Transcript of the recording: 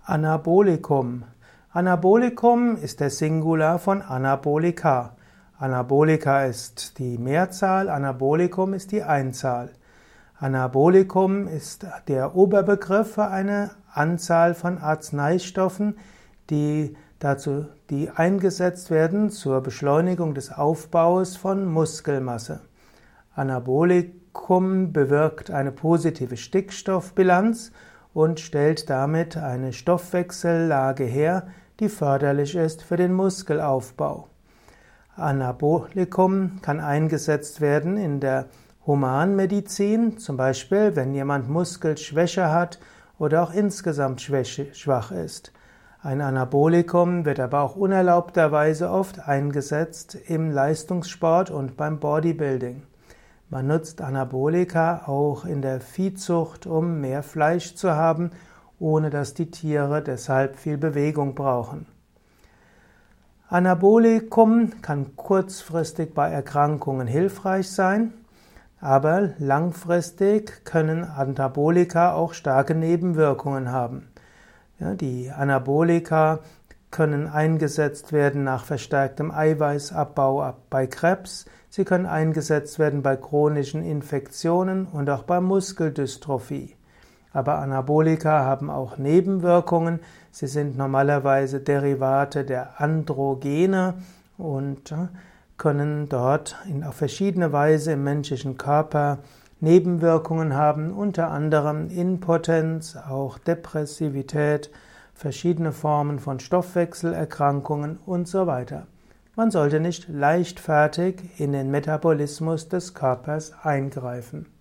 Anabolikum. Anabolikum ist der Singular von Anabolika. Anabolika ist die Mehrzahl, Anabolikum ist die Einzahl. Anabolikum ist der Oberbegriff für eine Anzahl von Arzneistoffen, die eingesetzt werden zur Beschleunigung des Aufbaus von Muskelmasse. Anabolikum bewirkt eine positive Stickstoffbilanz und stellt damit eine Stoffwechsellage her, die förderlich ist für den Muskelaufbau. Anabolikum kann eingesetzt werden in der Humanmedizin, zum Beispiel wenn jemand Muskelschwäche hat oder auch insgesamt schwach ist. Ein Anabolikum wird aber auch unerlaubterweise oft eingesetzt im Leistungssport und beim Bodybuilding. Man nutzt Anabolika auch in der Viehzucht, um mehr Fleisch zu haben, ohne dass die Tiere deshalb viel Bewegung brauchen. Anabolikum kann kurzfristig bei Erkrankungen hilfreich sein, aber langfristig können Anabolika auch starke Nebenwirkungen haben. Ja, die Anabolika können eingesetzt werden nach verstärktem Eiweißabbau bei Krebs, sie können eingesetzt werden bei chronischen Infektionen und auch bei Muskeldystrophie. Aber Anabolika haben auch Nebenwirkungen, sie sind normalerweise Derivate der Androgene und können dort auf verschiedene Weise im menschlichen Körper Nebenwirkungen haben, unter anderem Impotenz, auch Depressivität, verschiedene Formen von Stoffwechselerkrankungen und so weiter. Man sollte nicht leichtfertig in den Metabolismus des Körpers eingreifen.